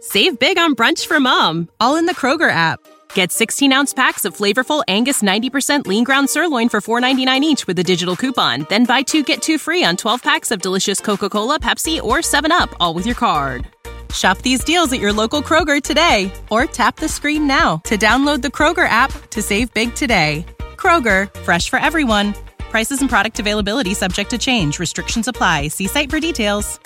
Save big on brunch for mom, all in the Kroger app. Get 16-ounce packs of flavorful Angus 90% lean ground sirloin for $4.99 each with a digital coupon. Then buy 2, get 2 free on 12 packs of delicious Coca-Cola, Pepsi, or 7-Up, all with your card. Shop these deals at your local Kroger today, or tap the screen now to download the Kroger app to save big today. Kroger, fresh for everyone. Prices and product availability subject to change. Restrictions apply. See site for details.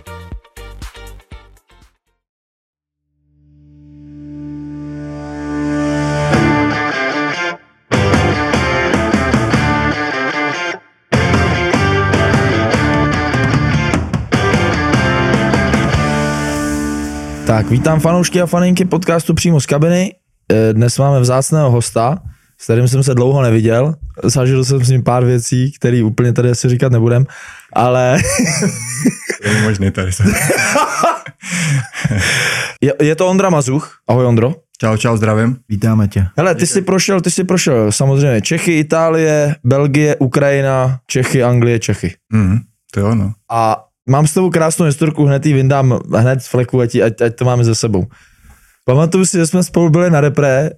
Tak, vítám fanoušky a faninky podcastu Přímo z kabiny. Dnes máme vzácného hosta, s kterým jsem se dlouho neviděl. Zažil jsem s ním pár věcí, které úplně tady asi říkat nebudem, ale... Je možný tady se. je to Ondra Mazuch. Ahoj Ondro. Čau, zdravím. Vítáme tě. Hele, ty jsi prošel samozřejmě Čechy, Itálie, Belgie, Ukrajina, Čechy, Anglie, Čechy. To jo, no. A mám s tebou krásnou historku, hned ji vyndám hned z fleku, ať to máme za sebou. Pamatuju si, že jsme spolu byli na repre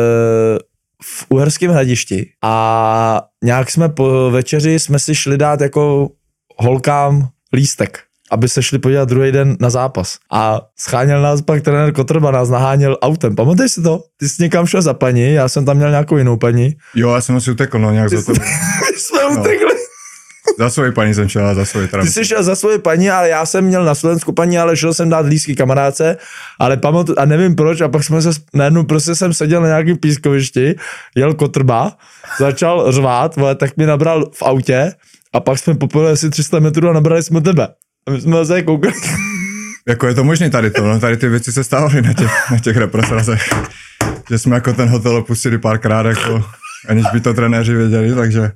v Uherském Hradišti a nějak jsme po večeři jsme si šli dát jako holkám lístek, aby se šli podívat druhý den na zápas. A scháněl nás pak trenér Kotrba, nás naháněl autem. Pamatuješ si to? Ty jsi někam šel za paní, já jsem tam měl nějakou jinou paní. Jo, já jsem asi utekl, no, nějak za to. jsme utekli. Za svoji paní jsem šel, za svoji teda. Ty jsi šel za svoji paní, ale já jsem měl na Slovensku paní, ale šel jsem dát lístky kamarádce, ale pamatuju, a nevím proč, a pak jsme se, najednou prostě jsem seděl na nějakém pískovišti, jel Kotrba, začal řvát, vole, tak mě nabral v autě a pak jsme popili asi 300 metrů a nabrali jsme tebe. A my jsme zase koukali. Jako je to možný tady to, no, tady ty věci se stávaly na těch represrazech. Že jsme jako ten hotel opustili párkrát, jako, aniž by to trenéři věděli, takže...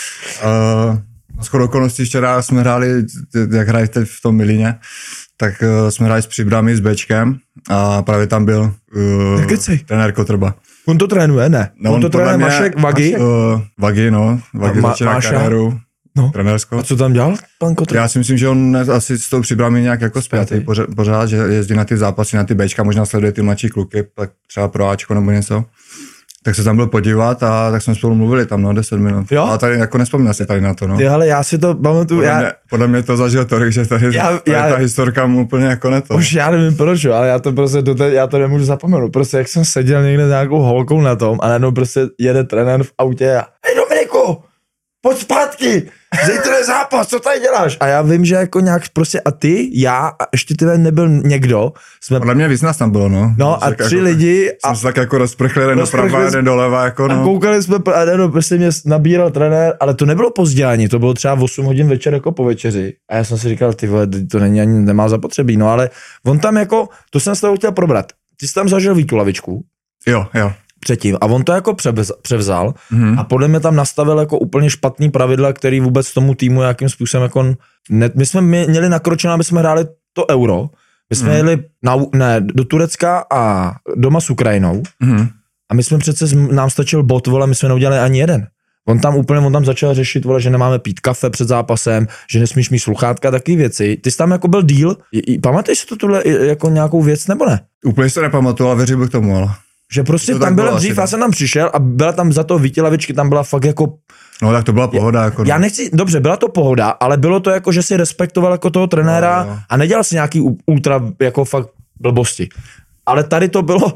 Shodou okolností včera jsme hráli, jak hrajete v tom Milíně, tak jsme hráli s Příbrami, s Bčkem a právě tam byl trenér Kotrba. On to trénuje, ne? No, on to trénuje Mašek, Vagi? Vagi, no. Vagi začíná kariéru trenérskou. A co tam dělal pan Kotrba? Já si myslím, že on asi s tou Příbrami nějak jako zpětý pořád, že jezdí na ty zápasy, na ty Bčka, možná sleduje ty mladší kluky, tak třeba pro Ačko nebo něco. Tak se tam byl podívat a tak jsme spolu mluvili tam, no, 10 minut. Jo? A tady jako nespomínal si tady na to, no. Ty, ale já si to pamatuju. Podle mě to zažil tolik, že tady ta historka mu úplně jako neto. Už já nevím proč, ale já to prostě já to nemůžu zapomenout. Prostě jak jsem seděl někde s nějakou holkou na tom a najednou prostě jede trenér v autě a hej Dominiku, pojď zpátky, zítra je zápas, co tady děláš? A já vím, že jako nějak prostě a ty, já a ještě ty nebyl někdo. Podle mě víc nás tam bylo, no. No a 3 lidi. Jsme se tak jako rozprchli jeden doprava, jeden doleva, jako no. A koukali jsme a jeden prostě mě nabíral trenér, ale to nebylo pozdě ani, to bylo třeba 8 hodin večer jako po večeři. A já jsem si říkal, ty vole, to není ani, nemá zapotřebí, no ale on tam jako, to jsem s tebou chtěl probrat. Ty jsi tam zažil Vítu Lavičku. Jo. Předtím. A on to jako převzal a podle mě tam nastavil jako úplně špatný pravidla, který vůbec tomu týmu jakým způsobem jako... My jsme měli nakročeno, aby jsme hráli to Euro. My jsme jeli do Turecka a doma s Ukrajinou a my jsme přece, nám stačil bod, vole, my jsme neudělali ani jeden. On tam začal řešit, vole, že nemáme pít kafe před zápasem, že nesmíš mít sluchátka, taky věci. Ty jsi tam jako byl deal. Pamatuješ si to tohle jako nějakou věc, nebo ne? Úplně se nepamatuju, ale věřil bych tomu, ale... Že prostě tam byla dřív, já jsem tam přišel a byla tam za to Víti Lavičky, tam byla fakt jako... No tak to byla pohoda. Jako... Dobře, byla to pohoda, ale bylo to jako, že si respektoval jako toho trenéra a nedělal si nějaký ultra jako fakt blbosti. Ale tady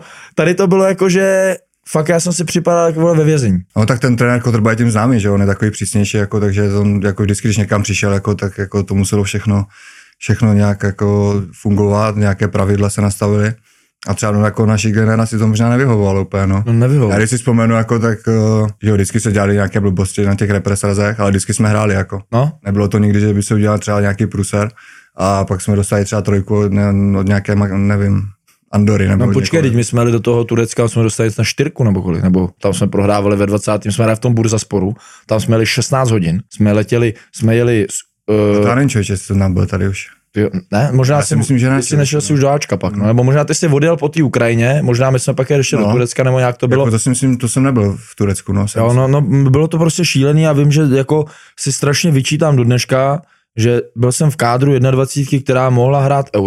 to bylo jako, že fakt já jsem si připadal jako ve vězení. No tak ten trenér Kotrba je tím známý, že on je takový přísnější, jako, takže on jako vždycky, když někam přišel, jako, tak jako to muselo všechno nějak jako fungovat, nějaké pravidla se nastavily. A třeba jako naší generaci to možná nevyhovovalo úplně, no. Já když si vzpomenu, jako, tak že vždycky se dělali nějaké blbosti na těch represrazech, ale vždycky jsme hráli, jako. No. Nebylo to nikdy, že by se udělal třeba nějaký pruser a pak jsme dostali třeba 3 od nějaké, nevím, Andory. Nebo počkej, teď my jsme jeli do toho Turecka, jsme dostali na 4 nebo kolik, nebo tam jsme prohrávali ve 20. jsme hráli v tom Bursasporu, tam jsme jeli 16 hodin, jsme jeli to nevím, člověče, co tam byl tady už. Ne, možná si myslím, že ne. Ty jsi nešel si už do Ačka pak, no, nebo možná ty jsi odjel po té Ukrajině, možná my jsme pak ještě do Turecka, nebo nějak to bylo. Jako to si myslím, to jsem nebyl v Turecku, no. Jo, bylo to prostě šílený a vím, že jako si strašně vyčítám do dneška, že byl jsem v kádru 21, která mohla hrát Euro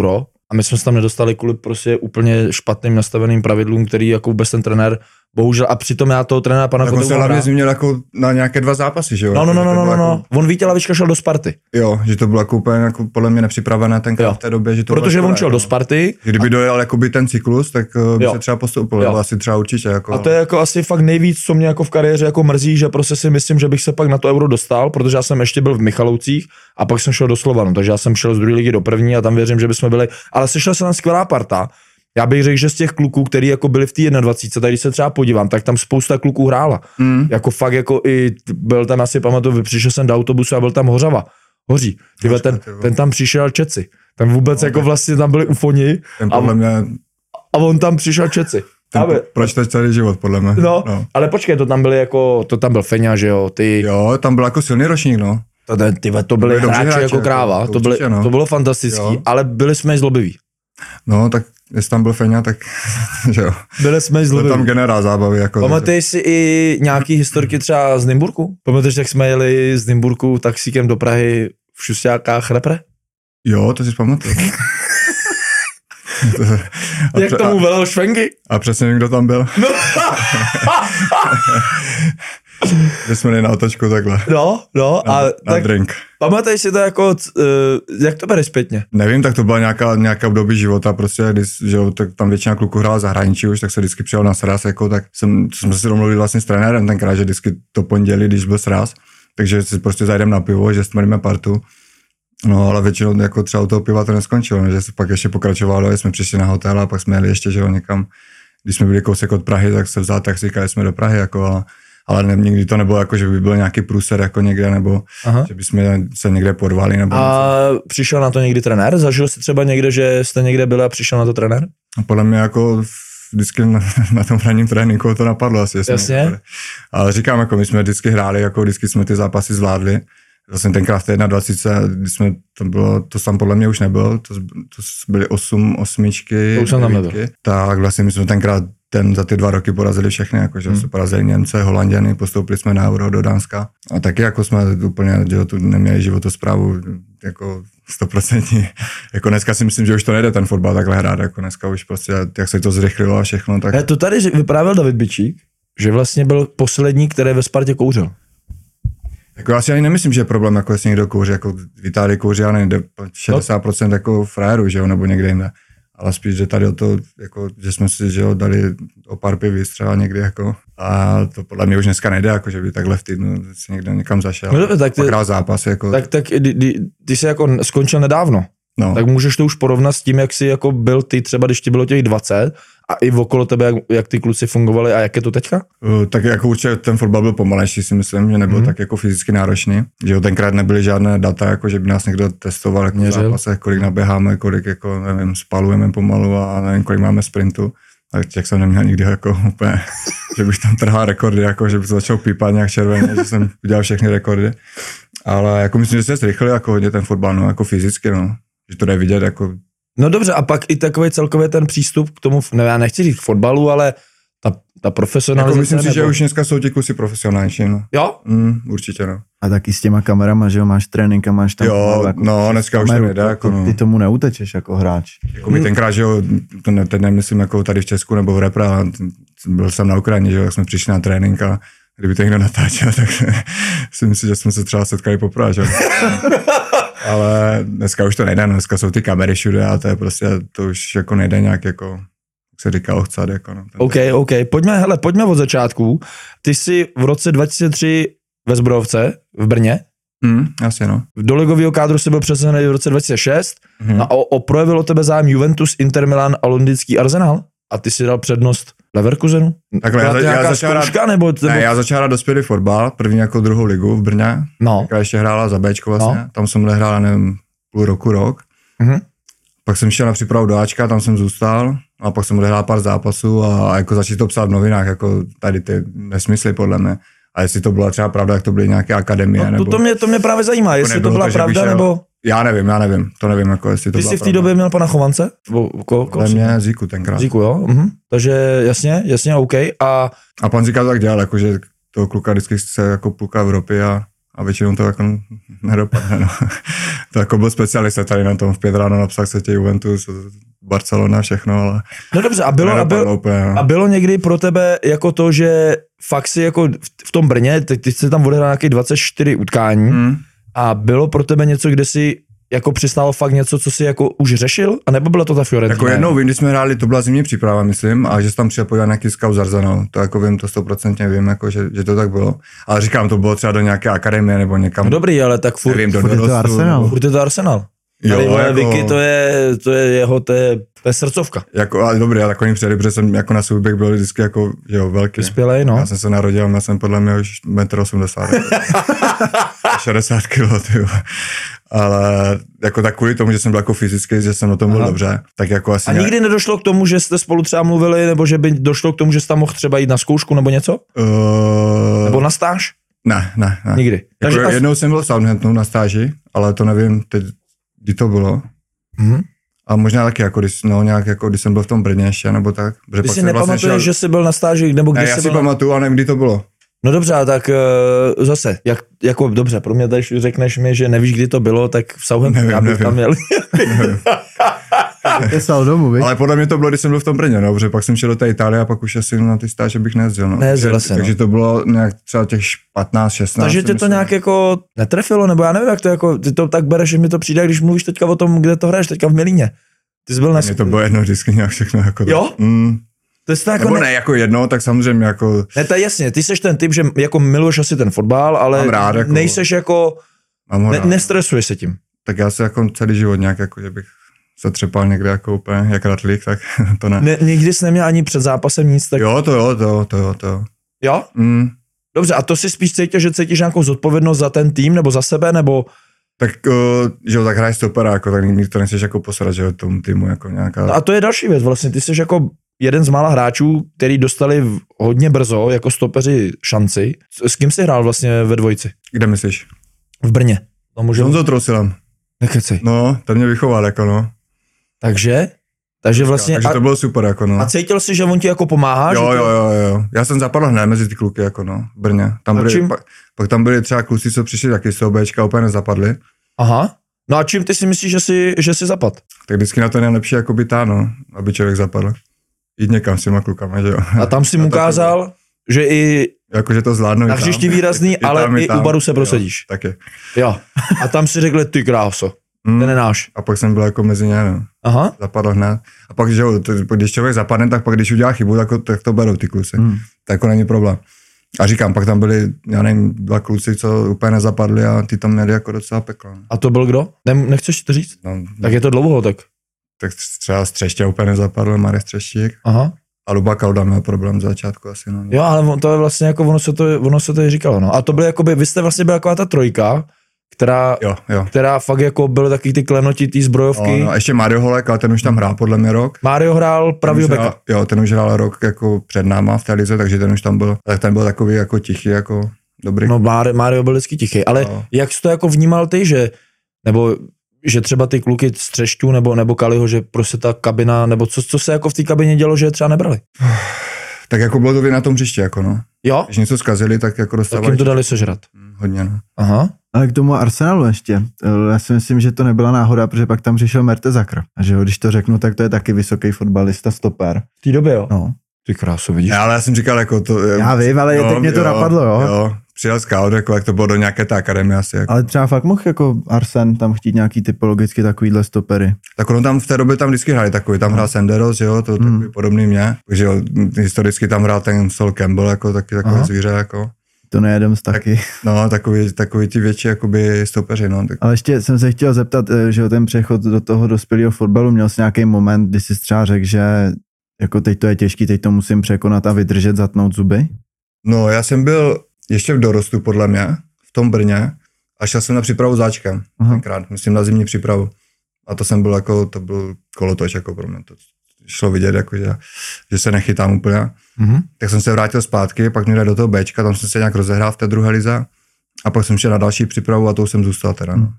a my jsme se tam nedostali kvůli prostě úplně špatným nastaveným pravidlům, který jako vůbec ten trenér, bohužel, a přitom já toho trenéra pana Kotouka se hlavně zmínil jako na nějaké 2 zápasy, že jo? No. On Vítěl Lavička šel do Sparty. Jo, že to bylo jako úplně jako podle mě nepřipravené tenkrát v té době, že to protože on šel do Sparty. Kdyby dojel jakoby ten cyklus, tak by se třeba postoupil, nebo asi třeba určitě. Jako... A to je jako asi fakt nejvíc, co mě jako v kariéře jako mrzí, že prostě si myslím, že bych se pak na to Euro dostal, protože já jsem ještě byl v Michalovcích a pak jsem šel do Slovanu, takže já jsem šel z druhé ligy do první a tam věřím, že bychom byli, ale sešla se tam skvělá parta. Já bych řekl, že z těch kluků, kteří jako byli v té 21, tak když se třeba podívám, tak tam spousta kluků hrála. Jako fakt jako i byl tam asi pamatuju, přišel jsem do autobusu a byl tam Hoří. Ten tam přišel Čeci. Tam vůbec jako vlastně tam byli ufoni. A on tam přišel Čeci. Proč teď celý život, podle mě. No, ale počkej, to tam byl Feňa, že jo, ty. Jo, tam byl jako silný ročník, no. To byli hráči jako kráva, to bylo fantastický, ale byli jsme zlobiví. No, tak jestli tam byl Feňa, tak že jo. Byli jsme zlobiví. To tam generál zábavy. Jako pamatuješ si i nějaký historky třeba z Nymburku? Pamatuješ, jak jsme jeli z Nymburku taxíkem do Prahy v šusťákách repre? Jo, to si pamatuju. Jak tomu velel Švenky? A přesně vím, kdo tam byl. No. Že jsme jeli na otočku takhle. No. Na drink. Pamatuješ si to jako, jak to bereš zpětně? Nevím, tak to byla nějaká období života, prostě, když že, tak tam většina kluků hrála zahraničí už, tak se vždycky přijel na sraz, jako, tak jsme si domluvili vlastně s trenérem tenkrát, že vždycky to pondělí, když byl sraz, takže si prostě zajdeme na pivo, že stmríme partu. No, ale většinou jako třeba u toho piva to neskončilo, že se pak ještě pokračovalo, jsme přišli na hotel a pak jsme jeli ještě, že jo, někam, když jsme byli kousek od Prahy, tak se vzal taxíka, jsme do Prahy, jako, ale nikdy to nebylo jako, že by byl nějaký průser jako někde, nebo že bychom se někde porvali. Nebo a něco. Přišel na to někdy trenér? Zažil jsi třeba někde, že jste někde byli a přišel na to trenér? A podle mě jako vždycky na tom ranním tréninku to napadlo asi. Jasně. Ale říkám, jako my jsme vždycky hráli, jako vždycky jsme ty zápasy zvládli. Vlastně tenkrát v té 21, když jsme, to tam podle mě už nebylo, to byly 8, tak vlastně my jsme tenkrát za ty 2 roky porazili všechny, jakože jsme porazili Němce, Holanděny, postoupili jsme na Euro do Dánska a taky jako jsme úplně, že tu neměli životosprávu jako 100%. Jako dneska si myslím, že už to nejde ten fotbal takhle hrát, jako dneska už prostě, jak se to zrychlilo a všechno. Tak... To tady vyprávěl David Bičík, že vlastně byl poslední, který ve Spartě kouřil. Jako já si ani nemyslím, že je problém, jako jestli někdo kouří, jako v Itálii kouří, ale nejde 60% jako frajerů, že jo, nebo někde jinde. Ale spíš, že tady o to, jako, že jsme si, že jo, dali o pár piv třeba někdy, jako, a to podle mě už dneska nejde, jako, že by takhle v týdnu si někde někam zašel. No, tak hrál zápas, jako. Tak ty jsi jako skončil nedávno, tak můžeš to už porovnat s tím, jak jsi jako byl ty třeba, když ti bylo těch 20 a i okolo tebe, jak ty kluci fungovali a jak je to teďka? Tak jako určitě ten fotbal byl pomalejší, si myslím, že nebyl tak jako fyzicky náročný, že jo, tenkrát nebyly žádné data, jako že by nás někdo testoval jako v zápasech, kolik naběháme, kolik jako, nevím, spalujeme pomalu a nevím, kolik máme sprintu. Tak jak jsem neměl nikdy jako úplně, že bych tam trhal rekordy, jako že bych to začal pípat nějak červeně, že jsem udělal všechny rekordy. Ale jako myslím, že se zrychlil jako hodně ten fotbal, no, jako fyzicky, no, že to jde vidět jako. No dobře, a pak i takový celkově ten přístup k tomu, ne, já nechci říct k fotbalu, ale ta profesionalizace. Jako myslím si, že už dneska jsou ti kluci profesionálnější, no. Jo? Určitě, no. A taky s těma kamerama, že jo, máš trénink a máš tam... Jo, jako, no, dneska už to nejde, jako no. Ty tomu neutečeš jako hráč. Jako my tenkrát, že jo, teď nemyslím jako tady v Česku nebo v repre, ale byl jsem na Ukrajině, že jo, jak jsme přišli na trénink a kdyby to někdo natáčel, tak si myslím, že jsme se třeba setkali poprvé, že jo. Ale dneska už to nejde, dneska jsou ty kamery všude a to je prostě, to už jako nejde nějak jako, jak se říká, ochcat, jako no. OK, pojďme od začátku. Ty jsi v roce 2003 ve Zbrojovce v Brně. Asi no. Do ligového kádru jsi byl přesazený v roce 2006 a projevilo tebe zájem Juventus, Inter Milan a londýnský Arsenal? A ty si dal přednost Leverkusenu? Takhle, já začal hrát dospělý fotbal, první jako druhou ligu v Brně, která ještě hrála za Bčko vlastně, tam jsem nehrál, nevím, půl roku, rok. Pak jsem šel na přípravu do Ačka, tam jsem zůstal a pak jsem odehrál pár zápasů a jako začít to psát v novinách, jako tady ty nesmysly podle mě. A jestli to byla třeba pravda, jak to byly nějaké akademie, no, nebo... To mě právě zajímá, jestli to byla pravda, nebo... Já nevím, to nevím, jako jestli to byla pravda. Ty jsi v té době měl pana Chovance? Podle mě Zíku tenkrát. Zíku, jo? Takže jasně, OK. A pan Zíka to tak dělal, jako že toho kluka vždycky chce jako půlka Evropy a většinou to jako nedopadne, no. To jako byl specialista tady na tom, v 5 ráno napsal se tě Juventus, Barcelona, všechno, ale... No dobře, a bylo někdy pro tebe jako to, že fakt si jako v tom Brně, ty jsi tam odehrál nějakých 24 utkání a bylo pro tebe něco, kde si jako přistál fakt něco, co si jako už řešil? A nebo byla to ta Fiorentina? Jako jednou vím, když jsme hráli, to byla zimní příprava, myslím, a že jsem tam přijel podívat nějaký scout z Arsenalu. To jako vím, to 100% vím, jako, že to tak bylo. Ale říkám, to bylo třeba do nějaké akademie nebo někam. No dobrý, ale tak furt, nevím, furt je to Arsenal. Furt je to Arsenal. Tady jako... Vicky, to je srdcovka. Jako, ale dobrý, ale takový přijeli, protože jsem jako na souběh byl vždycky jako, jo, velký. Vyspělej, no. Já jsem se narodil, já jsem podle mě už 1,80 m. 60 kg, tyjo. Ale jako tak kvůli tomu, že jsem byl jako fyzicky, že jsem na tom byl dobře, tak jako asi... A nikdy nedošlo k tomu, že jste spolu třeba mluvili, nebo že by došlo k tomu, že jste tam mohl třeba jít na zkoušku nebo něco? Nebo na stáž? Ne. Nikdy. Jako Takže jednou jsem byl v Southamptonu na stáži, ale to nevím teď, kdy to bylo. A možná taky, jako když jsem byl v tom Brně ještě, nebo tak. Ty si nepamatuješ, že jsi byl na stáži, nebo když jsi byl... Já si pamatuju, ale nevím, kdy to bylo. No dobře, tak zase, jako dobře, pro mě tady řekneš mi, že nevíš, kdy to bylo, tak v Southamptonu já bych tam měl. Domů, ale podle mě to bylo, když jsem byl v tom Brně, no, protože pak jsem šel do té Itálie a pak už asi na ty stáže bych nejezdil. No. Takže to bylo nějak třeba těch 15, 16. Takže tě to nějak jako netrefilo, nebo já nevím, jak to jako, ty to tak bereš, že mi to přijde, když mluvíš teďka o tom, kde to hraješ, teďka v Milíně. Ty jsi byl Mně to bylo jedno vždycky nějak všechno. Jako jo? To je jako nebo ne jako jedno, tak samozřejmě jako... Ne, to je jasně, ty seš ten typ, že jako miluješ asi ten fotbal, ale rád, jako... nejseš jako... Nestresuješ se tím. Tak já se jako celý život nějak jako, že bych se třepal někde jako úplně jak ratlík, tak to ne. Nikdy jsi neměl ani před zápasem nic tak... Jo, to. Jo? Dobře, a to si spíš cítíš, že cítíš nějakou zodpovědnost za ten tým, nebo za sebe, nebo... Tak, že jo, tak hraješ stopera, jako, tak nikdy to nechceš jako posrat, že jo, tomu týmu jako nějaká... No a to je další věc, vlastně, ty jsi jako jeden z mála hráčů, který dostali hodně brzo, jako stopeři, šanci. S kým jsi hrál vlastně ve dvojici? Kde myslíš? V Brně. S Honzou Trosilem. Nekecej. No, ten mě vychoval, jako no. Takže vlastně... Takže to bylo super, jako no. A cítil jsi, že on ti jako pomáhá? Jo. Já jsem zapadl hned mezi ty kluky, jako no, v Brně. Tam byli, pak tam byli třeba kluci, co přišli taky z toho Bčka, úplně nezapadli. Aha. No a čím ty si myslíš, že jsi zapad? Tak vždycky na to nejlepší jako by no, aby člověk zapadl. Jít někam s těma klukama, že jo. A tam si mu ukázal, že i jakože to zvládnu na hřišti výrazný, ale i u baru se prosadíš. Taky. Jo. A tam si řekl, ty kráso, ten je náš. A pak jsem byl jako mezi ně, no. Aha. Zapadl hned. A pak, že jo, když člověk zapadne, tak pak když udělá chybu, tak to berou ty kluci. Tak jako není problém. A říkám, pak tam byli, já nevím, 2 kluci, co úplně nezapadli a ty tam měli jako docela peklo. A to byl kdo? Nechceš si to říct? No, tak je to dlouho, tak. Tak třeba Střešťa úplně nezapadl, Marek Střeštík. Aha. A Luba Kauda měl problém v začátku asi. No. Jo, ale to je vlastně jako ono se to říkalo, no. A to byly jakoby, vy jste vlastně byla taková ta trojka, která fakt jako byly taky ty klenotitý zbrojovky. No, a ještě Mario Holek, ale ten už tam hrál podle mě rok. Mario hrál pravýho beka. Jo, ten už hrál rok jako před náma v té lize, takže ten už tam byl. Tak ten byl takový jako tichý, jako dobrý. No Mario byl vždycky tichý, ale jak jsi to jako vnímal ty, že třeba ty kluky z Třešťů nebo Kaliho, že prostě ta kabina, nebo co se jako v té kabině dělo, že je třeba nebrali? Tak jako bylo to na tom hřišti, jako no. Jo? Když něco zkazili, tak jako dostávali. Tak jim to dali sežrat. Hodně, no. Aha. Ale k tomu Arsenalu ještě. Já si myslím, že to nebyla náhoda, protože pak tam přišel Mertesacker. A že jo, když to řeknu, tak to je taky vysoký fotbalista, stoper. V té době, jo? No. Ty krásu, vidíš? Ale já jsem říkal, jako to... Já vím, ale teď mě to napadlo, jo? Jo, přijel scout, jako jak to bylo do nějaké té akademie asi. Jako. Ale třeba fakt mohl jako Arsen tam chtít nějaký typologicky takovýhle stopery. Tak ono tam v té době tam vždycky hráli takový, tam hrál Senderos, jo, to takový podobný mě. Takže jo, historicky tam hrál ten Sol Campbell, jako takové zvíře, jako. To nejedem z taky. No, takový ty větší jakoby stopeři, no. Tak. Ale ještě jsem se chtěl zeptat, že ten přechod do toho dospělého fotbalu, měl jsi nějaký moment, kdy jsi třeba řekl, že jako teď to je těžký, teď to musím překonat a vydržet, zatnout zuby? No, já jsem byl ještě v dorostu, podle mě, v tom Brně a šel jsem na přípravu záčkem, tenkrát, myslím na zimní přípravu. A to jsem byl jako, to byl kolotoč jako pro mě, to šlo vidět, jako, že se nechytám úplně. Tak jsem se vrátil zpátky, pak mě dali do toho Bčka, tam jsem se nějak rozehrál v té druhé lize a pak jsem šel na další přípravu a to už jsem zůstal teda, no.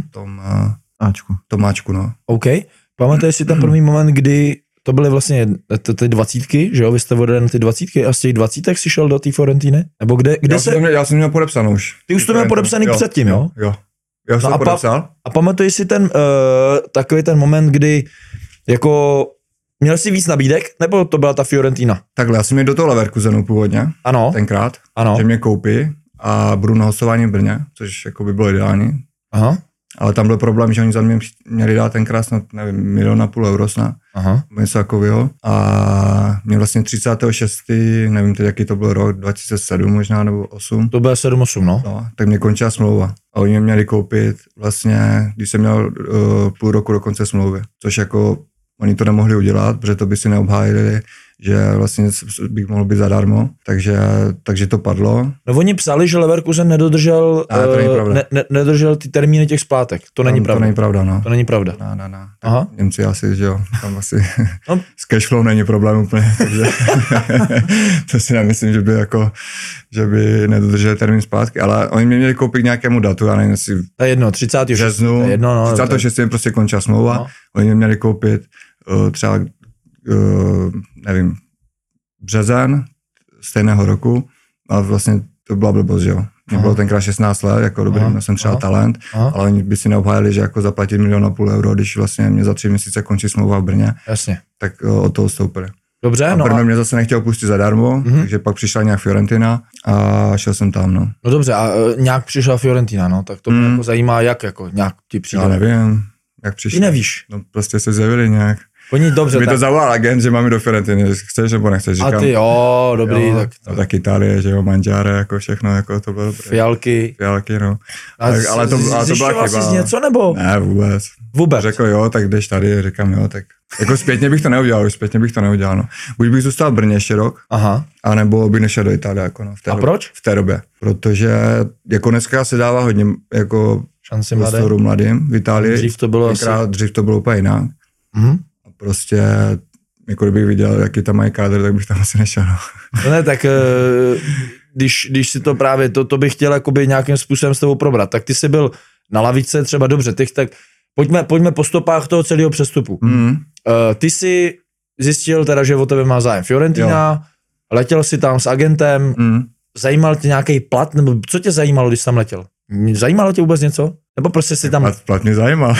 Tom Ačku, no. OK. Pamatuješ si ten první moment, kdy to byly vlastně ty 20, že jo? Vy jste odjeli na ty 20 a z těch 20 si šel do té Fiorentiny? Nebo kde já jsem měl podepsanou už. Ty už to měl podepsaný předtím, jo? Jo. Já jsem to podepsal. A pamatuješ si ten takový ten moment, kdy jako měl jsi víc nabídek, nebo to byla ta Fiorentina? Takhle, já jsem měl do toho Leverkusenu původně, Ano. tenkrát, Ano. že mě koupí a budu na hostování v Brně, což jako by bylo ideální. Aha. Ale tam byl problém, že oni za mě měli dát tenkrát snad, nevím, 1,5 milionu euro snad. Aha. Něco takového. A mě vlastně 36. nevím teď, jaký to byl rok, 2007 možná, nebo 8. To bylo 7-8, no. No, tak mě končila smlouva. A oni mě měli koupit vlastně, když jsem měl půl roku do konce smlouvy. Což jako oni to nemohli udělat, protože to by si neobhájili, že vlastně bych mohl být zadarmo, takže to padlo. No oni psali, že Leverkusen nedodržel, nedodržel ty termíny těch splátek. To není pravda. To není pravda, no. To není pravda. No. Aha. Němci asi, že jo, tam asi No. s cashflow není problém úplně, takže to si nemyslím, že by nedodrželi termín zpátky, ale oni mě měli koupit k nějakému datu, já nevím, jestli To je jedno, 36. březnu, 36. mi prostě končila smlouva, No. oni mě měli koupit třeba, nevím, březen stejného roku, ale vlastně to byla blbost, že jo. Mě bylo tenkrát 16 let, jako dobrý, měl jsem třeba talent, ale oni by si neobhájili, že jako zaplatit 1,5 milionu euro, když vlastně mě za 3 měsíce končí smlouva v Brně, Jasně. tak od toho stoupili. Dobře, A no Brno mě zase nechtěl pustit zadarmo, takže pak přišla nějak Fiorentina a šel jsem tam, no. No dobře, a nějak přišla Fiorentina, no, tak to mě jako zajímá, jak jako nějak ti přijde. Já nevím, jak přišla. Ty nevíš. No prostě se zjevili nějak. Oni dobře, Mi tak. to zavolal agent, že máme do Fiorentiny, chceš nebo nechceš, říkám. A ty jo, dobrý, jo, tak. tak Itálie, že jo, Mangiare, jako všechno, jako to bylo dobré. Fialky. Fialky, no. Ale to byla chyba. jsi něco, nebo? Ne, vůbec. Vůbec. Řekl jo, tak jdeš tady, říkám jo, tak. Jako zpětně bych to neudělal, no. Buď bych zůstal v Brně ještě rok, Aha. anebo bych nešel do Itálie, jako no. Proč? V té době. Protože jako dneska se dává hodně jako Šanci mladým v Itálii. Dřív to bylo úplně jinak. Mhm. Prostě, jako kdybych viděl, jaký tam mají kádr, tak bych tam asi nešel. No. No ne, tak když si to právě, to bych chtěl jakoby nějakým způsobem s tebou probrat, tak ty jsi byl na lavice třeba dobře, tak pojďme po stopách toho celého přestupu. Ty jsi zjistil teda, že o tebe má zájem Fiorentina, letěl si tam s agentem, zajímal tě nějaký plat, nebo co tě zajímalo, když jsi tam letěl? Zajímalo tě vůbec něco? Nebo prostě si tam... Plat mě zajímal.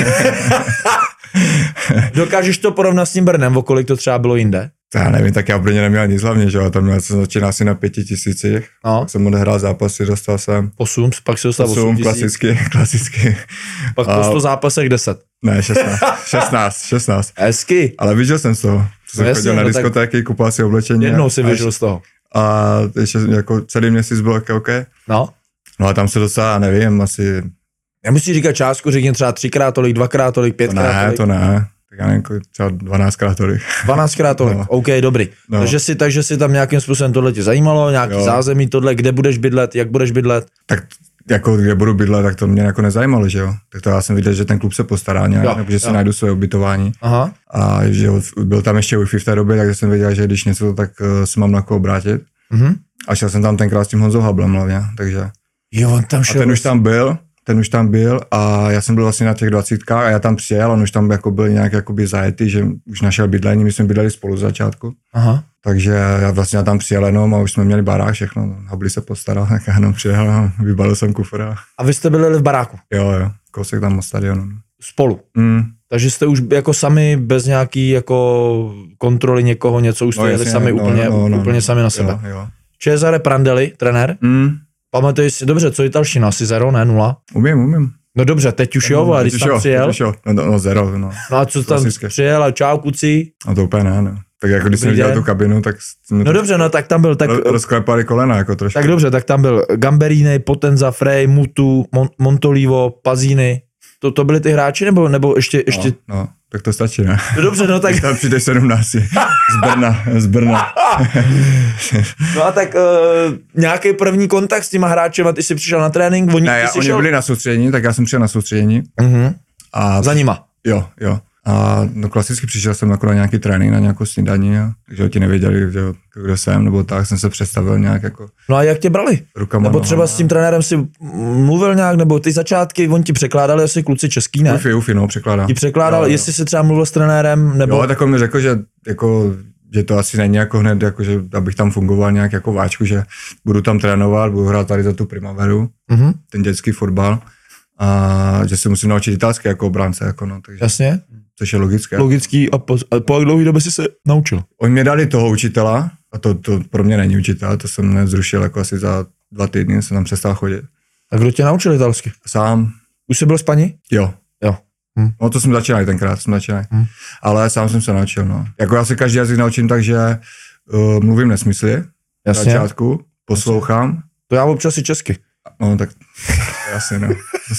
Dokážeš to porovnat s tím Brnem, o kolik to třeba bylo jinde? Já nevím, tak já v Brně neměl nic hlavně, že jo, tam jsem začínal asi na 5 000, no. Jsem odehrál zápasy, dostal jsem 8, pak si dostal 8 000. klasicky. Pak po 100 zápasech 10. Ne, 16. Hezky. Ale vyžil jsem z toho. Jsem chodil na diskotéky, kupoval si oblečení. Jednou si vyžil z toho. A ještě jako celý měsíc bylo OK. No. No a tam se dostal, nevím, asi... Nemusíš říkat částku, řekni třeba 3x tolik, 2x tolik, 5x tolik. To ne. Tak já nevím, třeba 12x tolik. 12x tolik, no. OK, dobrý. No. Takže si tam nějakým způsobem tohle tě zajímalo, nějaký zázemí, tohle, kde budeš bydlet, jak budeš bydlet? Tak jako kde budu bydlet, tak to mě jako nezajímalo, že jo. Tak to já jsem viděl, že ten klub se postará nějak, nebo že si najdu své ubytování. Aha. A že byl tam ještě Wi-Fi v té době, takže jsem věděl, že když něco, tak se mám na koho obrátit. A šel jsem tam tenkrát s tím Honzou Hablem hlavně, takže. Jo, on tam šel. A ten už tam byl a já jsem byl vlastně na těch 20 a já tam přijel, on už tam jako byl nějak jakoby zajetý, že už našel bydlení, my jsme bydleli spolu z začátku. Aha. Takže já vlastně tam přijel jenom a už jsme měli barák, všechno, Habli se postaral, tak já jenom přijel a vybalil jsem kufr. A vy jste byli v baráku? Jo, kousek tam od stadionu. Spolu? Takže jste už jako sami, bez nějaký jako kontroly někoho, něco už jste jeli sami úplně sami na sebe. Jo. Cesare Prandelli, trenér? Pamatuješ si, dobře, co italština, asi 0, ne 0? Umím. No dobře, teď už jo, ale když tam přijel. No 0, no. No a co tam přijel a čau kuci? No to úplně ne. Tak jako když jsem viděl tu kabinu, tak... No dobře, no tak tam byl... Rozklepali kolena jako trošku. Tak dobře, tak tam byl Gamberini, Potenza, Frey, Mutu, Montolivo, Pazini. To byli ty hráči, nebo ještě... No, tak to stačí, ne? No dobře, no tak... Tam přijde 17. Z Brna. No a tak nějaký první kontakt s těma hráčema, ty jsi přišel na trénink, oni byli na soustředění, tak já jsem přišel na soustředění. A za nima? Jo. A no klasicky přišel jsem na nějaký trénink, na nějakou snídaní, takže ti nevěděli, kdo jsem, nebo tak, jsem se představil nějak jako... No a jak tě brali? Rukama, nebo třeba s tím trenérem si mluvil nějak, nebo ty začátky, oni ti překládali asi kluci český, ne? Ufi, no, překládal. Ti překládal, jestli si třeba mluvil s trenérem, nebo... Jo, tak on mi řekl, že to asi není jako hned, jako že abych tam fungoval nějak jako váčku, že budu tam trénovat, budu hrát tady za tu Primaveru, ten dětský fotbal, a že se musím naučit italsky jako obránce, jako no, takže. Jasně. což je logické. Logický a po jak dlouhý době jsi se naučil? Oni mě dali toho učitela, a to pro mě není učitel, to jsem nezrušil jako asi za 2 týdny, jsem tam přestal chodit. A kdo tě naučil italsky? Sám. Už jsi byl s paní? Jo. No to jsme začínali tenkrát, ale sám jsem se naučil, no. Jako já si každý jazyk naučím tak, že mluvím nesmysly. Jasně. Na začátku, poslouchám. To já občas i česky. No tak, jasně no.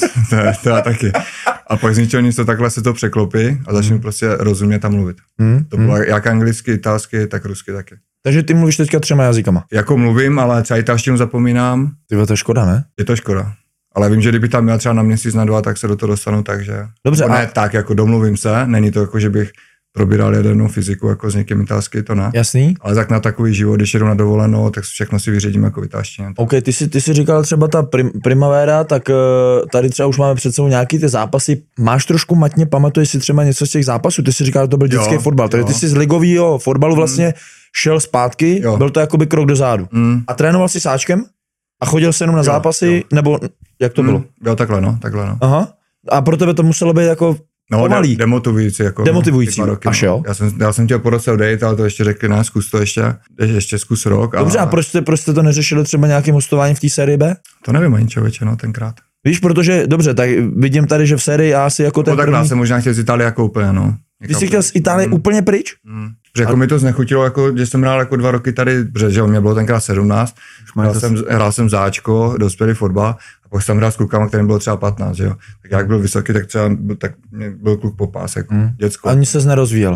to já taky. A pak z ničeho nic to takhle se to překlopí a začnu prostě rozumět a mluvit. To bylo jak anglicky, italsky, tak rusky taky. Takže ty mluvíš teďka 3 jazykama. Jako mluvím, ale třeba italštinu zapomínám. Ty to je škoda, ne? Je to škoda. Ale vím, že kdyby tam měl třeba na měsíc, na 2, tak se do toho dostanu, takže... Dobře, ne tak, jako domluvím se, není to jako, že bych probíral jadernou fyziku jako s někým italsky, to ne. Jasný. Ale tak na takový život, když jedu na dovolenou, tak všechno si vyřídím jako v italštině. OK, ty jsi říkal třeba ta Primavera, tak tady třeba už máme před sebou nějaký ty zápasy. Máš trošku matně, pamatuješ si třeba něco z těch zápasů? Ty jsi říkal, že to byl dětský fotbal, takže ty jsi z ligového fotbalu vlastně šel zpátky, byl to jakoby krok dozadu. A trénoval jsi sáčkem? A chodil jsi jenom na zápasy, nebo jak to bylo? Jo, takhle no. Aha. A pro tebe to muselo být jako pomalý. Demotivující. Jako, demotivující, roky, až jo? Já jsem chtěl po roce odejít, ale to ještě řekli, ne, zkus to ještě zkus rok. Dobře, a proč jste to neřešili třeba nějakým hostováním v té sérii B? To nevím ani člověče, no, tenkrát. Víš, protože, dobře, tak vidím tady, že v sérii A si jako ten takhle, první... jsem možná chtěl z Itálie jako úplně, no. Ty jsi chtěl z Itálie úplně pryč? Protože jako mi to znechutilo, jako, že jsem hrál jako 2 roky tady, protože mě bylo tenkrát 17, hrál jsem záčko, dospělý fotbal, a pak jsem hrál s klukama, kterým bylo třeba 15, že jo. Tak jak byl vysoký, tak třeba byl kluk po pás, jako děcko. Ani ses nerozvíjel.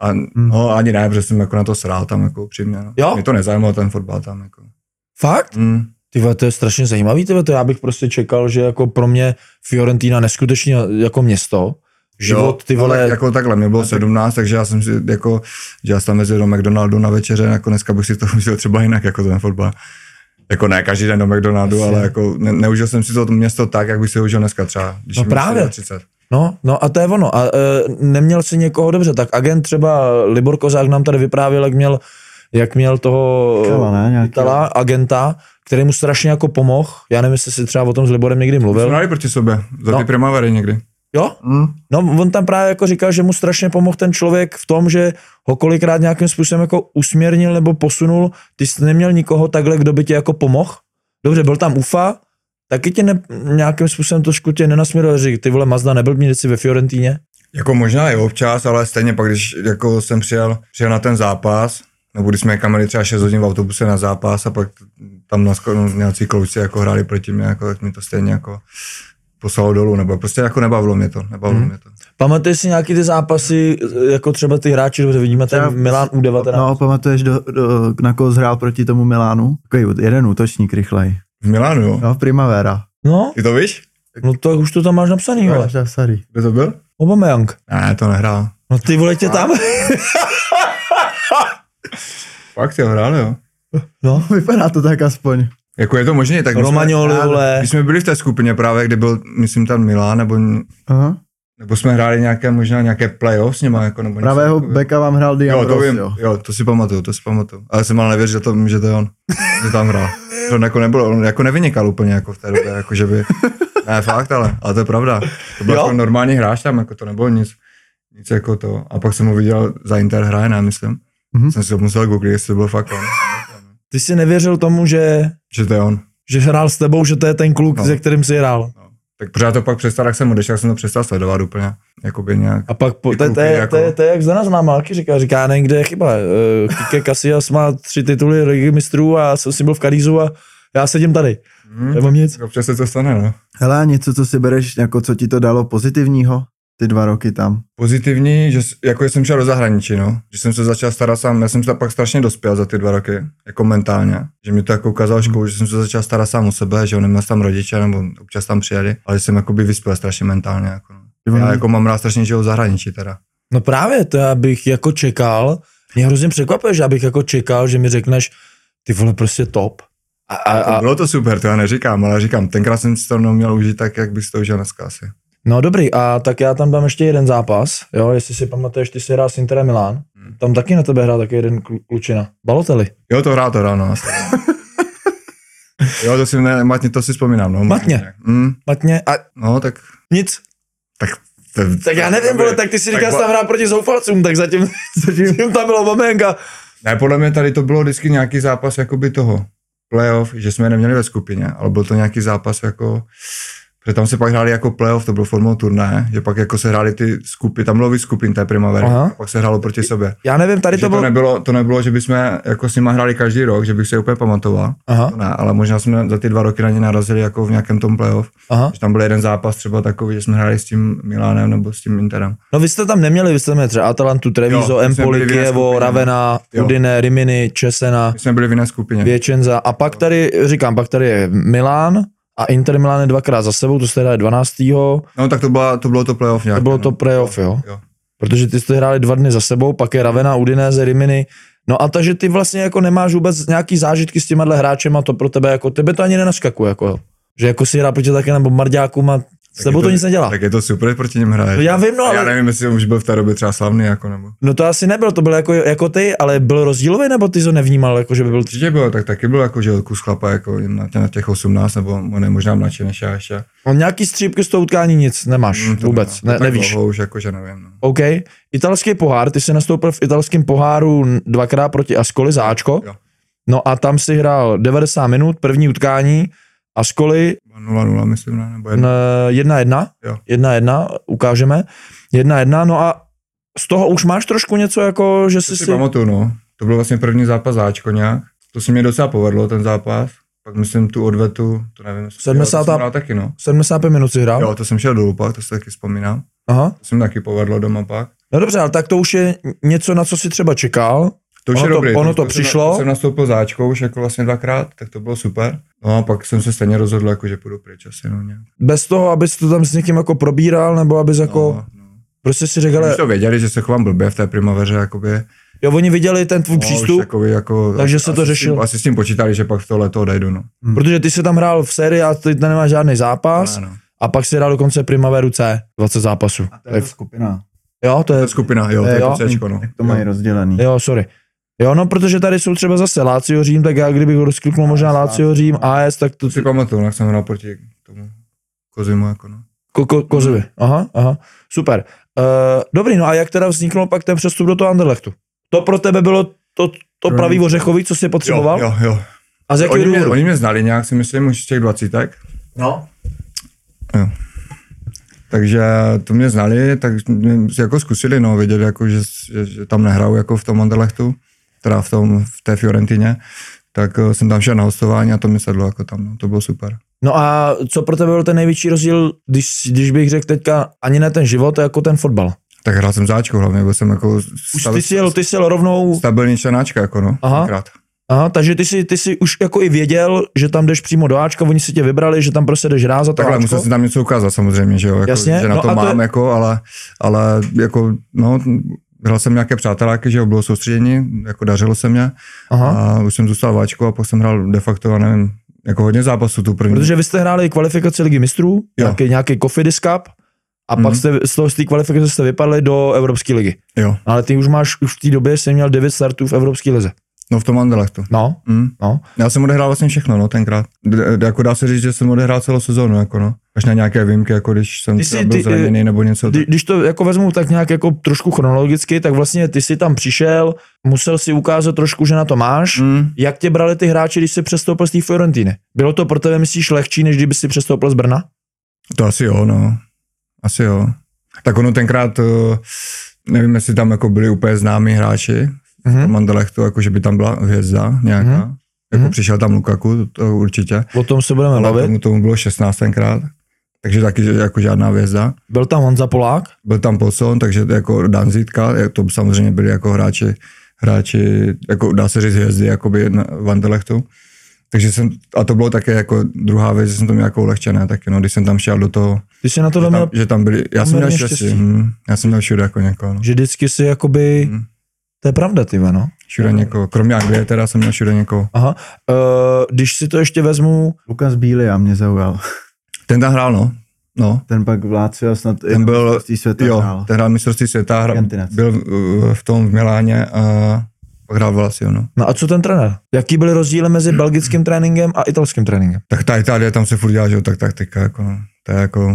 No ani ne, protože jsem jako na to srál tam jako upřímně. No. Jo? Mě to nezajímalo ten fotbal tam jako. Fakt? Tyhle, to je strašně zajímavý, to já bych prostě čekal, že jako pro mě Fiorentina neskutečně jako město, život, ty vole... Tak, jako takhle, mě bylo 17, takže já jsem si jako, že já jsem tam vezl do McDonaldu na večeře, jako dneska bych si to užil třeba jinak, jako ten fotbal. Jako ne každý den do McDonaldu, ale jako neužil jsem si to město tak, jak bych si užil dneska třeba, když mi právě. 30. No a to je ono. A neměl si někoho dobře, tak agent třeba Libor Kozák nám tady vyprávěl, jak měl toho Itala, agenta, který mu strašně jako pomohl. Já nevím, jestli si třeba o tom s Liborem někdy mluvil. Jsme hráli proti sobě, za ty Primavery někdy. Jo? No, on tam právě jako říkal, že mu strašně pomohl ten člověk v tom, že ho kolikrát nějakým způsobem jako usměrnil nebo posunul. Ty jsi neměl nikoho takhle, kdo by tě jako pomohl. Dobře, byl tam Ufa, taky tě nějakým způsobem trošku tě nenasměroval, říct, ty vole Mazda, nebyl mě vždycky ve Fiorentíně? Jako možná i občas, ale stejně pak, když jako jsem přijel na ten zápas, nebo když jsme někam jeli třeba 6 hodin v autobuse na zápas a pak tam nějací klouci jako hráli proti mě, jako, tak mi to stejně jako poslalo dolů, nebo prostě jako nebavilo mě to. Pamatuješ si nějaký ty zápasy, jako třeba ty hráči, dobře vidíme ten Milan U19? No, pamatuješ, na koho zhrál proti tomu Milánu? Takový jeden útočník rychlej. V Milánu, jo? No, Primavera. No? Ty to víš? No to už to tam máš napsaný, ale. Kde to byl? Aubameyang. Ne, to nehrál. No ty vole tě tam? Fakt jo, hrál, jo. No, vypadá to tak aspoň. Jako je to možné, tak Romagnoli, vole. My jsme byli v té skupině právě, kde byl, myslím, tam Milán, nebo jsme hráli možná nějaké playoff s nima, jako, nebo pravého beka vám hrál Diambros, jo, to si pamatuju. Ale jsem ale nevěřil, že to je on, že tam hrál. To jako nebylo, on jako nevynikal úplně jako v té době, jako že by, ne fakt, ale to je pravda. To byl jako normální hráč tam, jako to nebylo nic jako to. A pak jsem ho viděl za Inter hraje, ne, myslím. Jsem si to musel googlit, jestli to byl fakt on. Ty jsi nevěřil tomu, že to je on. Že hrál s tebou, že to je ten kluk, se kterým jsi hrál. No. Tak pořád to pak přestal, jak jsem odešel, jak jsem to přestal sledovat úplně. Jakoby nějak. A pak, to je jak Zdena známá, říká, nevím, kde je chyba. Kike Casillas má 3 tituly ligy mistrů a jsem byl v Karízu a já sedím tady. Nemám nic. Občas se to stane, no. Hele, něco, co si bereš, jako co ti to dalo pozitivního? Ty 2 roky tam. Pozitivní, že jako jsem šel do zahraničí, no. Že jsem se začal starat sám, já jsem se pak strašně dospěl za ty 2 roky, jako mentálně. Že mi to jako ukázalo školu, že jsem se začal starat sám o sebe, že neměl tam rodiče, nebo občas tam přijeli, ale jsem jakoby vyspěl strašně mentálně, jako no. Já jako mám rád strašně žil v zahraničí teda. No právě, to já bych jako čekal, mě hrozně překvapuje, že já bych jako čekal, že mi řekneš, ty vole prostě top. A bylo to super, to já neříkám, ale říkám, tenkrát jsem si to měl užít tak, jak bych to užil dneska asi. No dobrý, a tak já tam dám ještě jeden zápas, jo, jestli si pamatuješ, ty jsi hrál s Interem Milán, tam taky na tebe hrál taky jeden klučina, Balotelli. Jo, to hrál, no. Jo, Matně, to si vzpomínám, no. Matně? Matně a... No, tak... Nic? Tak Tak já nevím, vole, tak ty si říkal, že tam hrál proti zoufalcům, tak zatím tam bylo Momenka. Ne, podle mě tady to bylo vždycky nějaký zápas jakoby toho playoff, že jsme je neměli ve skupině, ale byl to nějaký zápas jako, že tam se pak hráli jako playoff, to bylo formou turnaje, že pak jako se hráli ty skupiny, tam bylo víc skupin té Primavery, a pak se hrálo proti sobě. Já nevím, tady to bylo... To nebylo, že bychom jako s nima hráli každý rok, že bych se úplně pamatoval, to ne, ale možná jsme za ty 2 roky na ně narazili jako v nějakém tom playoff, že tam byl jeden zápas třeba takový, že jsme hráli s tím Milánem nebo s tím Interem. No vy jste tam neměli, vy jste měli třeba Atalantu, Treviso, Empoli, Kievo, Ravena, Udine, Rimini, Cesena. My jsme byli v jiné skupině. Vicenza a pak tady je Milán, a Inter Milan je 2krát za sebou, to jste hráli 12. No tak to bylo to playoff nějaké. To bylo to playoff, jo. Protože ty jste hráli 2 dny za sebou, pak je Ravena, Udinese, Rimini. No a takže ty vlastně jako nemáš vůbec nějaký zážitky s těma hráčema, to pro tebe jako, tebe to ani nenaskakuje, jako, že jako si hrál proti také nebo Marďákům a s tebou to nic nedělá. Tak je to super, proti něm hraješ. Já vím, no, ale... Já nevím, jestli už byl v té době třeba slavný, jako nebo. No to asi nebyl, to byl jako ty, ale byl rozdílový, nebo ty jsi ho nevnímal, jako že by byl... Určitě byl, tak taky byl jako, že kus chlapa, jako na těch 18, nebo on je možná mladší než já ještě. On nějaký střípky z toho utkání nic nemáš vůbec, nevíš. Dlouho už jako, že nevím. No. OK, italský pohár, ty jsi nastoupil v italském poháru 2krát proti Ascoli za Ačko. Jo. No a tam si hrál 90 minut, první utkání, Ascoli 0-0, myslím, ne? Nebo 1-1. 1-1, ukážeme. 1-1, no a z toho už máš trošku něco jako, že si pamatuju, no. To byl vlastně první zápas Ačko nějak. To se mi docela povedlo, ten zápas. Pak myslím tu odvetu, to nevím. 75 minut si hrál? Jo, to jsem šel dolů pak, to si taky vzpomínám. Aha. To se mi taky povedlo doma pak. No dobře, ale tak to už je něco, na co si třeba čekal. To už je dobrý. Ono to přišlo. Jsem nastoupil záčkou už jako vlastně 2krát, tak to bylo super. No a pak jsem se stejně rozhodl, jako, že půjdu pryč asi, no nějak. Bez toho, abys to tam s někým jako probíral, nebo abys jako... No. Prostě si řekl... Už to věděli, že se chovám blbě v té Primaveře, jakoby. Jo, oni viděli ten tvůj přístup, jako, takže se to řešil. Asi s tím počítali, že pak v to leto odejdu, no. Protože ty se tam hrál v sérii a ty tam nemáš žádný zápas. No. A pak si hrál dokonce Primaveru C, 20 zápasů. A to je skupina. Jo, to je skupina, jo, to je to Cčko, no. Tak to mají rozdělený. Jo, sorry. Jo, no, protože tady jsou třeba zase Lazio Řím, tak já kdybych ho rozkliknul možná Lazio Řím, AS, tak to... Si pamatuju, jak jsem hrál proti tomu Kozimu, jako no. Kozivi, aha, super. Dobrý, no a jak teda vzniknul pak ten přestup do toho Anderlechtu? To pro tebe bylo to pravý ořechový, co jsi potřeboval? Jo. A z jakého důvodu? Oni mě znali nějak, si myslím, už z těch 20. No. Jo. Takže to mě znali, tak mě jako zkusili, no, věděli, jako, že tam nehraju jako v tom Anderlechtu, teda v té Fiorentině, tak jsem tam šel na hostování a to mi sedlo jako tam, no, to bylo super. No a co pro tebe byl ten největší rozdíl, když bych řekl teďka ani ne ten život, jako ten fotbal? Tak hrál jsem záčku hlavně, byl jsem jako... Ty jsi jel rovnou... Stabilní členáčka, jako no. Aha, takže ty jsi už jako i věděl, že tam jdeš přímo do Ačka, oni si tě vybrali, že tam prostě jdeš hrát za to Takhle, Ačko. musel si tam něco ukázat samozřejmě, že jo, jako, jasně? Že na to mám, jako, ale jako, no, hrál jsem nějaké přáteláky, že jo, bylo soustředění, jako dařilo se mě. Aha. A už jsem zůstal v Ačku a pak jsem hrál de facto, a nevím, jako hodně zápasů tu první. Protože vy jste hráli kvalifikaci Ligy mistrů, nějaký Cofidis Cup, a pak jste z té kvalifikace jste vypadli do Evropské ligy. Jo. Ale ty už v té době jsi měl 9 startů v Evropské lize. No v tom Anderlechtu. No. Já jsem odehrál vlastně všechno, no, tenkrát. Jako dá se říct, že jsem odehrál celou sezónu, jako no. Až na nějaké výjimky, jako když jsem byl zraněný nebo něco. Když to jako vezmu tak nějak jako trošku chronologicky, tak vlastně ty jsi tam přišel, musel si ukázat trošku, že na to máš. Jak tě brali ty hráči, když jsi přestoupil z té Fiorentiny? Bylo to pro tebe, myslíš, lehčí, než kdyby si přestoupil z Brna? To asi jo, no. Asi jo. Tak ono tenkrát, nevím, jestli tam jako byli úplně známí hráči, v tom Anderlechtu, jako že by tam byla hvězda nějaká. Jako přišel tam Lukaku, to určitě. O tom se budeme bavit. Tomu bylo 16 tenkrát, takže taky jako žádná hvězda. Byl tam Honza Polák? Byl tam Poson, takže jako Danzitka, to samozřejmě byli jako hráči, jako dá se říct hvězdy, jakoby v Anderlechtu. Takže a to bylo také jako druhá věc, že jsem to měl jako ulehčené, taky no, když jsem tam šel do toho, ty jsi na to měl, že tam byli, já jsem měl štěstí, já jsem měl všude jako někoho. No. Že vždycky si jakoby, to je pravda, ty no. Všude někoho, kromě Anglie teda jsem měl všude někoho. Aha, když si to ještě vezmu. Lukas Bílý a mě zaujal. Ten tam hrál, no. Ten pak v Lazio snad ten byl mistrovství světa hrál. Ten hrál mistrovství světa, byl v Miláně a pak hrál v Lazio, no. No a co ten trenér? Jaký byly rozdíly mezi belgickým tréninkem a italským tréninkem? Tak ta Itálie, tam se furt dělá, že tak taktika, jako no. To je jako,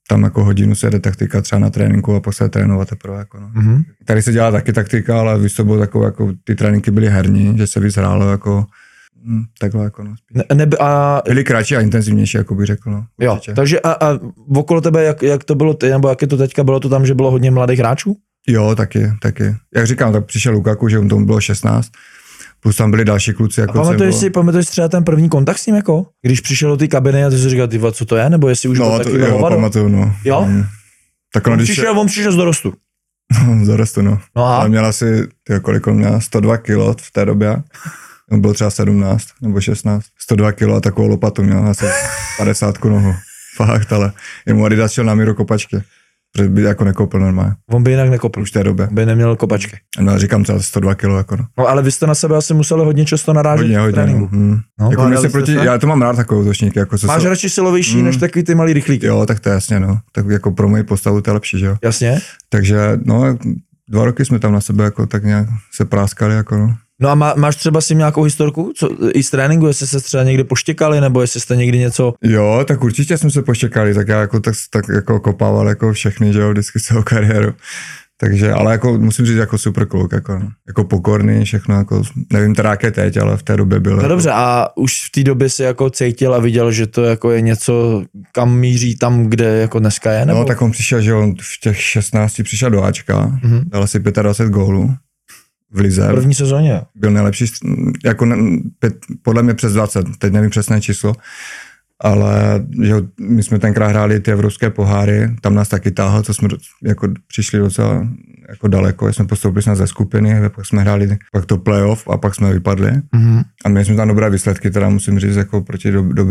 tam jako hodinu se jde taktika třeba na tréninku a pak se trénovat teprve. Jako no. Mm-hmm. Tady se dělá taky taktika, ale víš, to bylo takové, jako ty tréninky byly herní, že se víc hrálo jako takhle jako no. Byly kratší a intenzivnější, jako bych řekl. No, jo, takže a okolo tebe, jak to bylo, nebo jak je to teďka, bylo to tam, že bylo hodně mladých hráčů? Jo, taky. Jak říkám, tak přišel Lukaku, že tomu bylo 16, plus tam byli další kluci. Jako pamatuješ třeba ten první kontakt s ním, jako? Když přišel do té kabiny a ty jsi říkal, ty co to je, nebo jestli už byl taky jo, pamatuju, no. Jo? Tak on přišel z dorostu. Z dorostu, no. Ale měl asi, kolik on měl, 102 kilo v té době. On byl třeba 17 nebo 16. 102 kilo a takovou lopatu měl asi 50 nohu. Fakt, ale jemu Adidas šel na míru kopačky. Protože by jako nekoupil normálně. On by jinak nekopl. Už v té době. By neměl kopačky. No, říkám třeba 102 kilo. Jako no. No ale vy jste na sebe asi museli hodně často narážet v tréninku. No, jako já to mám rád takovou útočníky. Jako máš radši silovější než takový ty malý rychlíky. Jo, tak to je jasně, no. Tak jako pro moji postavu to je lepší, že jo. Jasně. Takže, no, 2 roky jsme tam na sebe jako tak nějak se práskali, jako no. No a máš třeba si nějakou historku i z tréninku, jestli se třeba někdy poštěkali, nebo jestli jste někdy něco... Jo, tak určitě jsme se poštěkali, tak já jako tak jako kopával jako všechny, že jo, vždycky celou kariéru. Takže, ale jako musím říct, jako super kluk, jako pokorný, všechno, jako, nevím teda, jak je teď, ale v té době byl. No jako... dobře, a už v té době si jako cítil a viděl, že to jako je něco, kam míří tam, kde jako dneska je, nebo? No, tak on přišel, že on v těch 16 přišel do Ačka, dal asi 25 gólů. V lize. V první sezóně. Byl nejlepší, jako podle mě přes 20, teď nevím přesné číslo, ale že my jsme tenkrát hráli ty evropské poháry, tam nás taky táhl, co jsme jako přišli docela jako daleko, jsme postoupili jsme ze skupiny, pak jsme hráli pak to playoff a pak jsme vypadli. Mm-hmm. A měli jsme tam dobré výsledky, teda musím říct, jako proti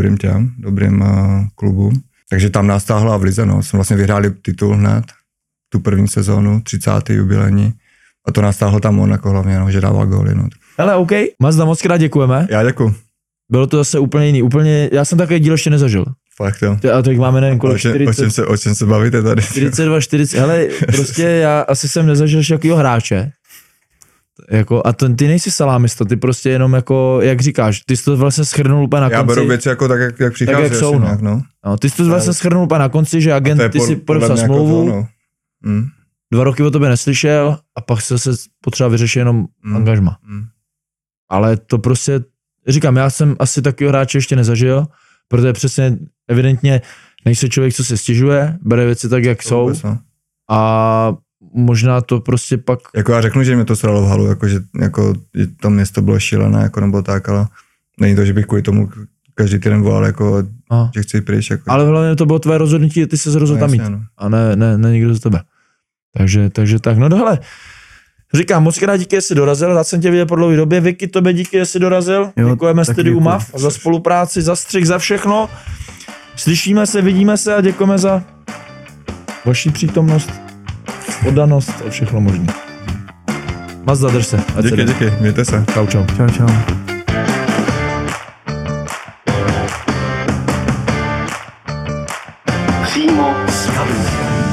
dobrým klubům. Takže tam nás táhlo a v lize, no, jsme vlastně vyhráli titul hned, tu první sezónu, 30. jubilejní. A to nás táhlo tam on jako hlavně, no, že dával góly. No. Hele, OK, Mazda, moc krát děkujeme. Já děkuju. Bylo to zase úplně jiný, já jsem takový díl ještě nezažil. Fakt jo. A teď máme nevím kolik, 40. O čem se bavíte tady? 42, 40, hele, prostě já asi jsem nezažil ještě jakýho hráče. Jako, a ty nejsi salámista, ty prostě jenom jako, jak říkáš, ty jsi to vlastně shrnul úplně na konci. Já beru věci jako tak, jak přichází. Tak, jak jsou, nějak, no. No, ty jsi to vlastně shrnul úplně na konci, že agent, ty si podepsal smlouvu. Jako 2 roky o tobě neslyšel a pak se potřeba vyřešit jenom angažma. Ale to prostě, říkám, já jsem asi takového hráče ještě nezažil, protože přesně evidentně nejsi člověk, co se stěžuje, bere věci tak, jak jsou a možná to prostě pak... Jako já řeknu, že mi to sralo v halu, jako, že jako, to město bylo šílené, jako, nebo tak, ale není to, že bych kvůli tomu každý týden volal, jako, že chci pryč. Jako. Ale hlavně to bylo tvé rozhodnutí, ty se rozhodl tam jít. A ne někdo za tebe. Takže tak, no dohle. Říkám, moc krát díky, jestli dorazil, rád jsem tě viděl po dlouhé době. Vicky, tobě díky, jestli dorazil. Děkujeme Studiu MAV za spolupráci, za střih, za všechno. Slyšíme se, vidíme se a děkujeme za vaši přítomnost, oddanost a všechno možné. Mazda, drž se. Díky, mějte se. Čau. Čau. Přímo z kabiny.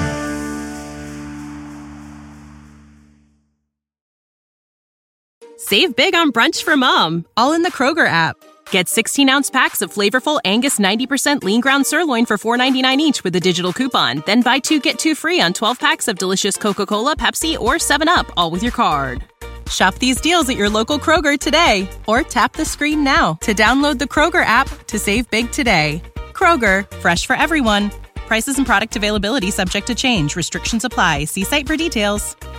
Save big on brunch for mom, all in the Kroger app. Get 16-ounce packs of flavorful Angus 90% lean ground sirloin for $4.99 each with a digital coupon. Then buy 2, get 2 free on 12 packs of delicious Coca-Cola, Pepsi, or 7-Up, all with your card. Shop these deals at your local Kroger today, or tap the screen now to download the Kroger app to save big today. Kroger, fresh for everyone. Prices and product availability subject to change. Restrictions apply. See site for details.